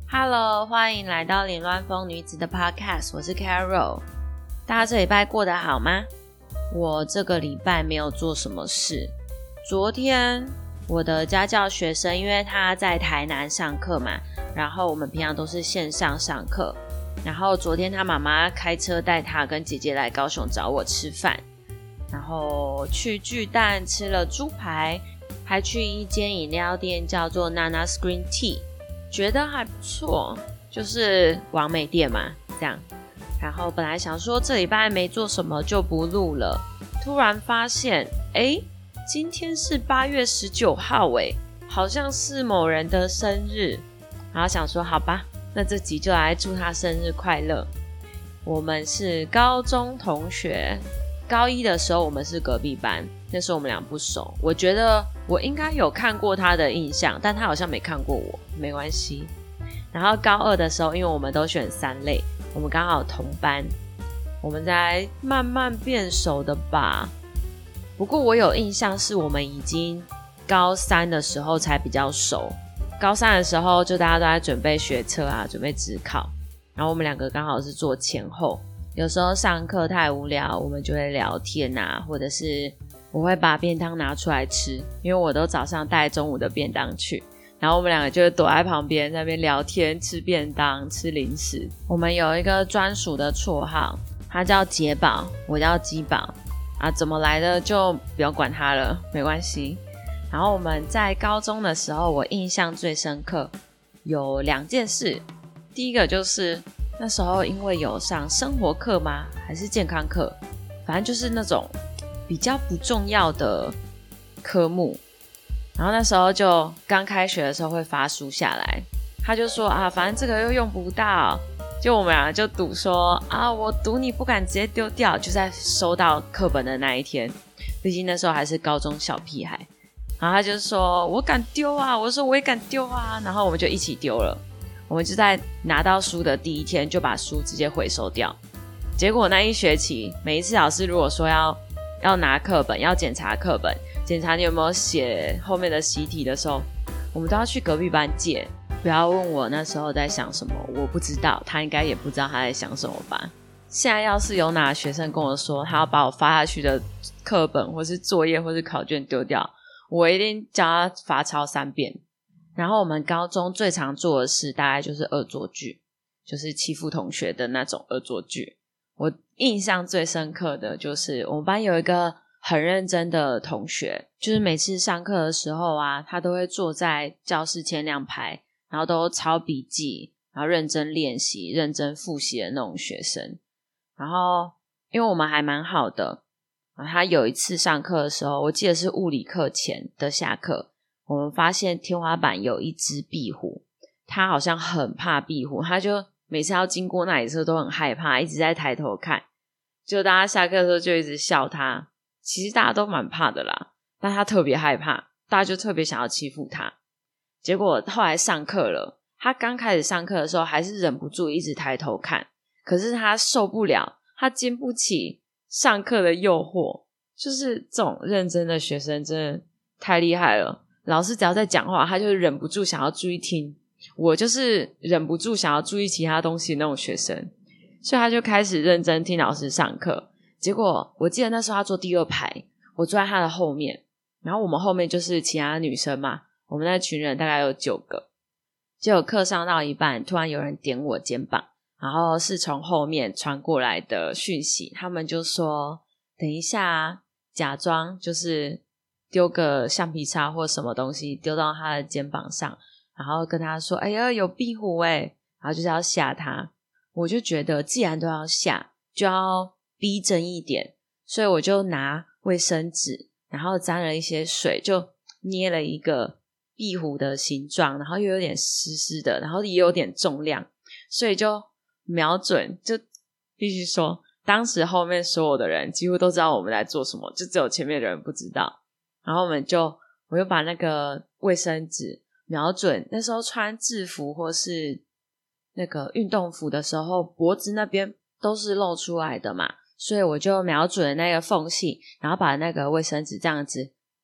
Hello， 欢迎来到凌乱风女子的 Podcast， 我是 Carol。大家这礼拜过得好吗？我这个礼拜没有做什么事。昨天我的家教学生，因为他在台南上课嘛，然后我们平常都是线上上课。然后昨天他妈妈开车带他跟姐姐来高雄找我吃饭，然后去巨蛋吃了猪排，还去一间饮料店叫做 Nana's Green Tea， 觉得还不错，就是网美店嘛，这样。然后本来想说这礼拜没做什么就不录了，突然发现今天是8月19号好像是某人的生日，然后想说好吧，那这集就来祝他生日快乐。我们是高中同学，高一的时候我们是隔壁班，那时候我们俩不熟，我觉得我应该有看过他的印象，但他好像没看过我，没关系。然后高二的时候，因为我们都选3类，我们刚好同班，我们才慢慢变熟的吧。不过我有印象是我们已经高3的时候才比较熟，高3的时候就大家都在准备学测啊，准备指考，然后我们两个刚好是坐前后，有时候上课太无聊，我们就会聊天啊，或者是我会把便当拿出来吃，因为我都早上带中午的便当去，然后我们两个就会躲在旁边在那边聊天，吃便当，吃零食。我们有一个专属的绰号，他叫杰宝，我叫基宝啊，怎么来的就不要管他了，没关系。然后我们在高中的时候，我印象最深刻有2件事。第一个就是那时候因为有上生活课吗？还是健康课？反正就是那种比较不重要的科目。然后那时候就刚开学的时候会发书下来，他就说啊，反正这个又用不到，就我们两个就赌说啊，我赌你不敢直接丢掉，就在收到课本的那一天，毕竟那时候还是高中小屁孩。然后他就说我敢丢啊，我说我也敢丢啊，然后我们就一起丢了。我们就在拿到书的第一天就把书直接回收掉。结果那一学期每一次老师如果说要拿课本，要检查课本，检查你有没有写后面的习题的时候，我们都要去隔壁班借。不要问我那时候在想什么，我不知道，他应该也不知道他在想什么吧。现在要是有哪学生跟我说他要把我发下去的课本或是作业或是考卷丢掉，我一定叫他罚抄3遍。然后我们高中最常做的事大概就是恶作剧，就是欺负同学的那种恶作剧。我印象最深刻的就是我们班有一个很认真的同学，就是每次上课的时候啊，他都会坐在教室前2排，然后都抄笔记，然后认真练习，认真复习的那种学生。然后因为我们还蛮好的，他有一次上课的时候，我记得是物理课前的下课，我们发现天花板有一只壁虎，他好像很怕壁虎，他就每次要经过那里的时候都很害怕，一直在抬头看，就大家下课的时候就一直笑他。其实大家都蛮怕的啦，但他特别害怕，大家就特别想要欺负他。结果后来上课了，他刚开始上课的时候还是忍不住一直抬头看，可是他受不了，他经不起上课的诱惑。就是这种认真的学生真的太厉害了，老师只要在讲话，他就忍不住想要注意听。我就是忍不住想要注意其他东西的那种学生，所以他就开始认真听老师上课。结果我记得那时候他坐第2排，我坐在他的后面，然后我们后面就是其他女生嘛，我们那群人大概有9个。结果课上到一半，突然有人点我肩膀，然后是从后面传过来的讯息，他们就说等一下假装就是丢个橡皮擦或什么东西丢到他的肩膀上，然后跟他说哎呀有壁虎然后就是要吓他。我就觉得既然都要吓，就要逼真一点，所以我就拿卫生纸，然后沾了一些水，就捏了一个壁虎的形状，然后又有点湿湿的，然后也有点重量，所以就瞄准，就必须说当时后面所有的人几乎都知道我们在做什么，就只有前面的人不知道。然后我就把那个卫生纸瞄准，那时候穿制服或是那个运动服的时候，脖子那边都是露出来的嘛，所以我就瞄准那个缝隙，然后把那个卫生纸这样子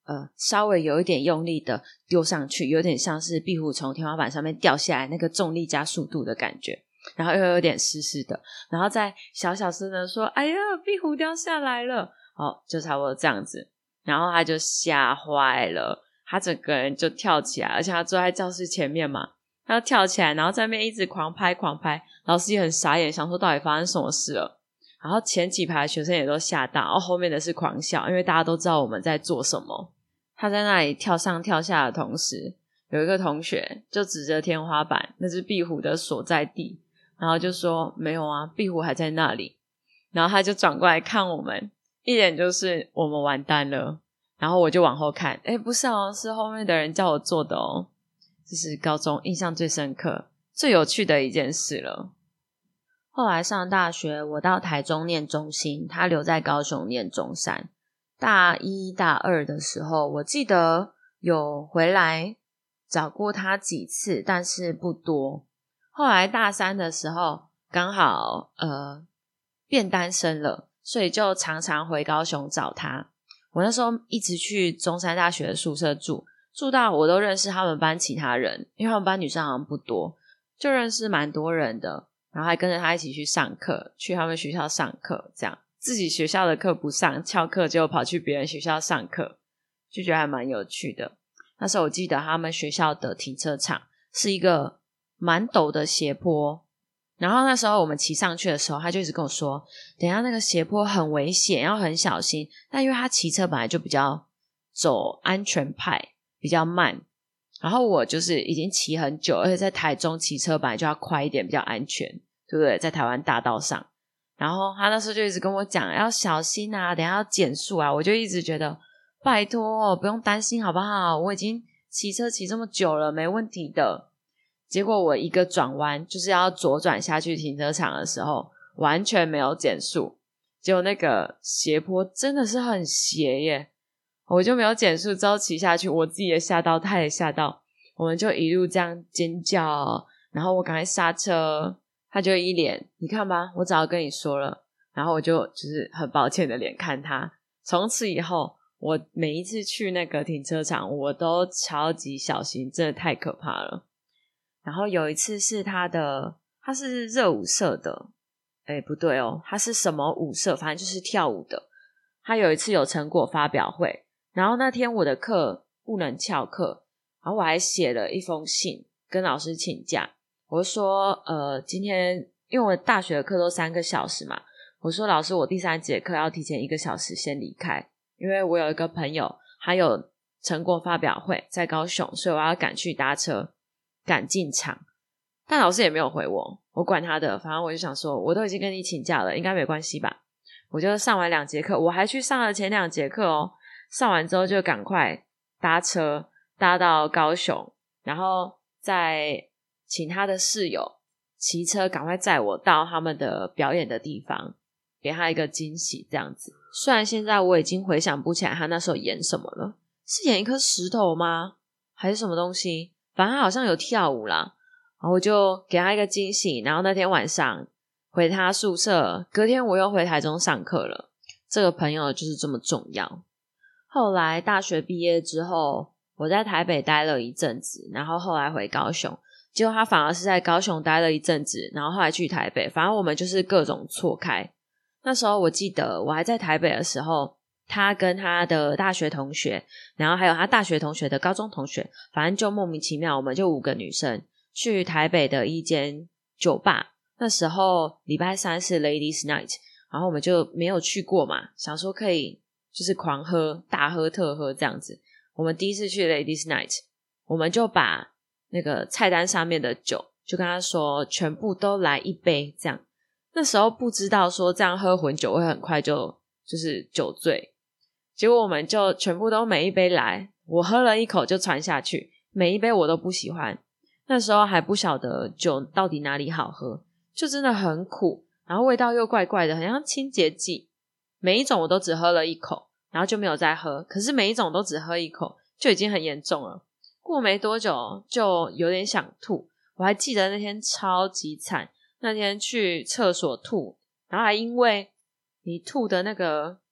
稍微有一点用力的丢上去，有点像是壁虎从天花板上面掉下来那个重力加速度的感觉，然后又有点湿湿的，然后再小小声的说哎呀壁虎掉下来了，就差不多这样子。然后他就吓坏了，他整个人就跳起来，而且他坐在教室前面嘛，他就跳起来，然后在那边一直狂拍，老师也很傻眼，想说到底发生什么事了。然后前几排的学生也都吓到，然后后面的是狂笑，因为大家都知道我们在做什么。他在那里跳上跳下的同时，有一个同学就指着天花板，那只壁虎的所在地，然后就说没有啊，壁虎还在那里。然后他就转过来看我们，一脸就是我们完蛋了。然后我就往后看，不是哦，是后面的人叫我做的哦。这是高中印象最深刻最有趣的一件事了。后来上大学，我到台中念中兴，他留在高雄念中山。大一大二的时候，我记得有回来找过他几次，但是不多。后来大三的时候刚好变单身了，所以就常常回高雄找他。我那时候一直去中山大学的宿舍住到我都认识他们班其他人，因为他们班女生好像不多，就认识蛮多人的，然后还跟着他一起去上课，去他们学校上课，这样自己学校的课不上，翘课就跑去别人学校上课，就觉得还蛮有趣的。那时候我记得他们学校的停车场是一个蛮陡的斜坡，然后那时候我们骑上去的时候，他就一直跟我说等一下那个斜坡很危险，要很小心。但因为他骑车本来就比较走安全派，比较慢，然后我就是已经骑很久，而且在台中骑车本来就要快一点比较安全，对不对？在台湾大道上，然后他那时候就一直跟我讲要小心啊，等一下要减速啊，我就一直觉得拜托不用担心好不好，我已经骑车骑这么久了，没问题的。结果我一个转弯就是要左转下去停车场的时候，完全没有减速，结果那个斜坡真的是很斜耶，我就没有减速，之后骑下去，我自己也吓到，他也吓到，我们就一路这样尖叫，然后我赶快刹车，他就一脸你看吧，我早就跟你说了，然后我就是很抱歉的脸看他。从此以后我每一次去那个停车场我都超级小心，真的太可怕了。然后有一次是他是热舞社的，不对哦，他是什么舞社，反正就是跳舞的。他有一次有成果发表会，然后那天我的课不能翘课，然后我还写了一封信跟老师请假。我说今天因为我大学的课都3个小时嘛，我说老师我第3节课要提前1个小时先离开，因为我有一个朋友还有成果发表会在高雄，所以我要赶去搭车赶进场。但老师也没有回我管他的，反正我就想说我都已经跟你请假了，应该没关系吧。我就上完2节课，我还去上了前2节课哦，上完之后就赶快搭车搭到高雄，然后再请他的室友骑车赶快载我到他们的表演的地方，给他一个惊喜这样子。虽然现在我已经回想不起来他那时候演什么了，是演一颗石头吗？还是什么东西？反正他好像有跳舞啦，然后我就给他一个惊喜，然后那天晚上回他宿舍，隔天我又回台中上课了。这个朋友就是这么重要。后来大学毕业之后，我在台北待了一阵子，然后后来回高雄，结果他反而是在高雄待了一阵子，然后后来去台北，反正我们就是各种错开。那时候我记得我还在台北的时候，他跟他的大学同学，然后还有他大学同学的高中同学，反正就莫名其妙我们就5个女生去台北的一间酒吧。那时候礼拜3是 Ladies Night， 然后我们就没有去过嘛，想说可以就是狂喝大喝特喝这样子。我们第一次去 Ladies Night， 我们就把那个菜单上面的酒就跟他说全部都来1杯这样。那时候不知道说这样喝混酒会很快就是酒醉，结果我们就全部都每1杯来，我喝了1口就传下去，每1杯我都不喜欢。那时候还不晓得酒到底哪里好喝，就真的很苦，然后味道又怪怪的，很像清洁剂。每一种我都只喝了1口，然后就没有再喝，可是每一种都只喝1口就已经很严重了。过没多久就有点想吐，我还记得那天超级惨，那天去厕所吐，然后还因为你吐的那个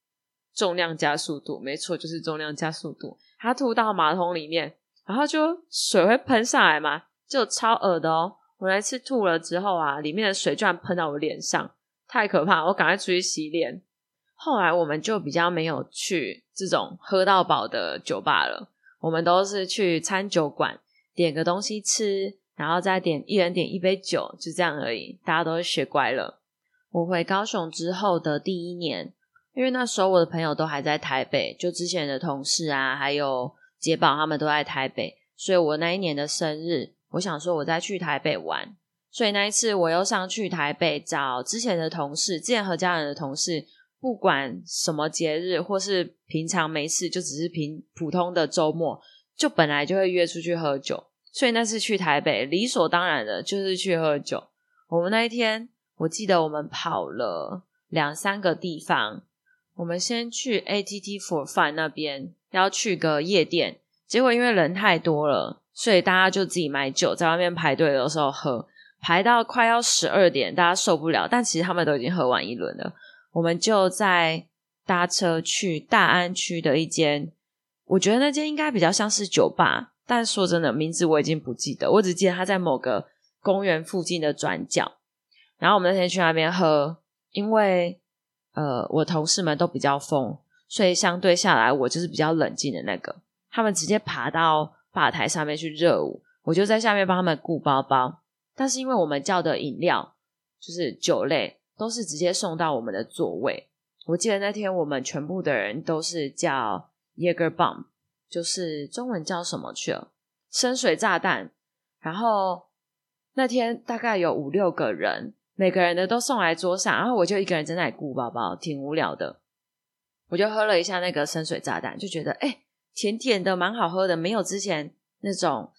重量加速度，没错，就是重量加速度。他吐到马桶里面，然后就水会喷上来嘛，就超恶的哦。我那次吐了之后啊，里面的水居然喷到我脸上，太可怕，我赶快出去洗脸。后来我们就比较没有去这种喝到饱的酒吧了，我们都是去餐酒馆点个东西吃，然后再一人点一杯酒，就这样而已，大家都是学乖了。我回高雄之后的第一年，因为那时候我的朋友都还在台北，就之前的同事啊还有杰宝他们都在台北，所以我那一年的生日我想说我再去台北玩，所以那一次我又上去台北找之前的同事，之前和家人的同事，不管什么节日或是平常没事，就只是普通的周末，就本来就会约出去喝酒，所以那次去台北理所当然的就是去喝酒。我们那一天我记得我们跑了2-3个地方，我们先去 ATT for Fun 那边要去个夜店，结果因为人太多了，所以大家就自己买酒在外面排队的时候喝，排到快要12点大家受不了，但其实他们都已经喝完一轮了。我们就在搭车去大安区的一间，我觉得那间应该比较像是酒吧，但说真的名字我已经不记得，我只记得它在某个公园附近的转角。然后我们那天去那边喝，因为我同事们都比较疯，所以相对下来我就是比较冷静的那个，他们直接爬到吧台上面去热舞，我就在下面帮他们顾包包。但是因为我们叫的饮料就是酒类都是直接送到我们的座位，我记得那天我们全部的人都是叫 Jaeger Bomb， 就是中文叫什么去了，深水炸弹。然后那天大概有5-6个人，每个人的都送来桌上，然后我就一个人在那里顾包包，挺无聊的。我就喝了一下那个深水炸弹，就觉得甜甜的蛮好喝的，没有之前那种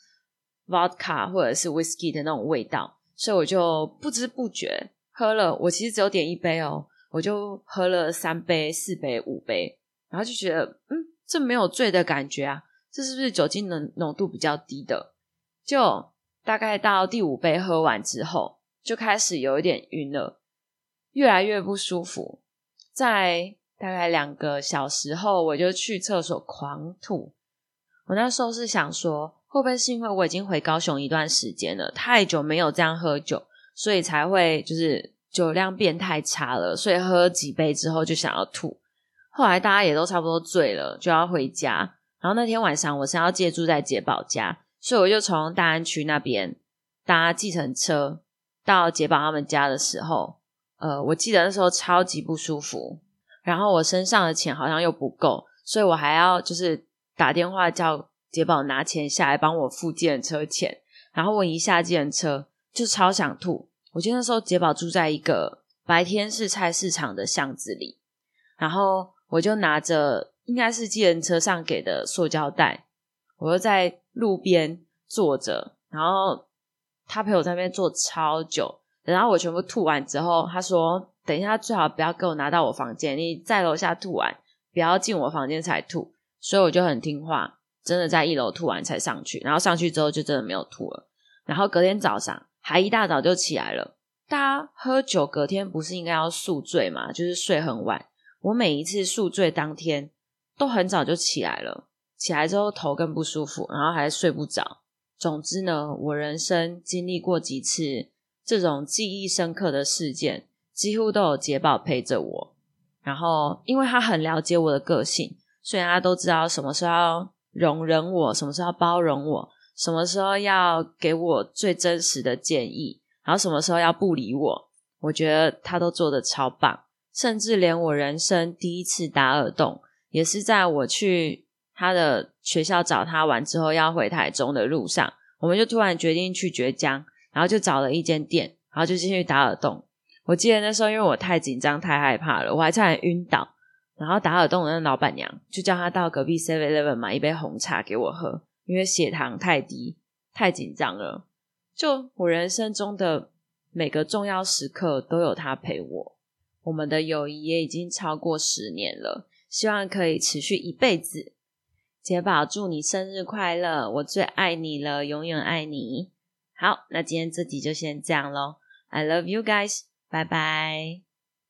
vodka 或者是 whisky 的那种味道，所以我就不知不觉喝了，我其实只有点1杯哦，我就喝了3杯、4杯、5杯，然后就觉得这没有醉的感觉啊，这是不是酒精浓度比较低的？就大概到第5杯喝完之后就开始有一点晕了，越来越不舒服，在大概2个小时后我就去厕所狂吐。我那时候是想说会不会是因为我已经回高雄一段时间了，太久没有这样喝酒，所以才会就是酒量变太差了，所以喝几杯之后就想要吐。后来大家也都差不多醉了，就要回家，然后那天晚上我是要借住在杰宝家，所以我就从大安区那边搭计程车到杰宝他们家的时候，我记得那时候超级不舒服，然后我身上的钱好像又不够，所以我还要就是打电话叫杰宝拿钱下来帮我付计程车钱，然后我一下计程车就超想吐。我记得那时候杰宝住在一个白天是菜市场的巷子里，然后我就拿着应该是计程车上给的塑胶袋，我就在路边坐着，然后他陪我在那边坐超久，等到我全部吐完之后，他说等一下最好不要给我拿到我房间，你在楼下吐完不要进我房间才吐，所以我就很听话，真的在1楼吐完才上去，然后上去之后就真的没有吐了。然后隔天早上还一大早就起来了，大家喝酒隔天不是应该要宿醉嘛，就是睡很晚，我每一次宿醉当天都很早就起来了，起来之后头更不舒服，然后还睡不着。总之呢，我人生经历过几次这种记忆深刻的事件，几乎都有杰宝陪着我，然后因为他很了解我的个性，所以他都知道什么时候要容忍我，什么时候要包容我，什么时候要给我最真实的建议，然后什么时候要不理我，我觉得他都做得超棒。甚至连我人生第一次打耳洞也是在我去他的学校找他玩之后要回台中的路上，我们就突然决定去崛江，然后就找了一间店，然后就进去打耳洞。我记得那时候因为我太紧张太害怕了，我还差点晕倒，然后打耳洞的那老板娘就叫他到隔壁 7-Eleven 买一杯红茶给我喝，因为血糖太低太紧张了。就我人生中的每个重要时刻都有他陪我，我们的友谊也已经超过10年了，希望可以持续一辈子。杰宝祝你生日快乐，我最爱你了，永远爱你。好，那今天这集就先这样咯， I love you guys， 拜拜。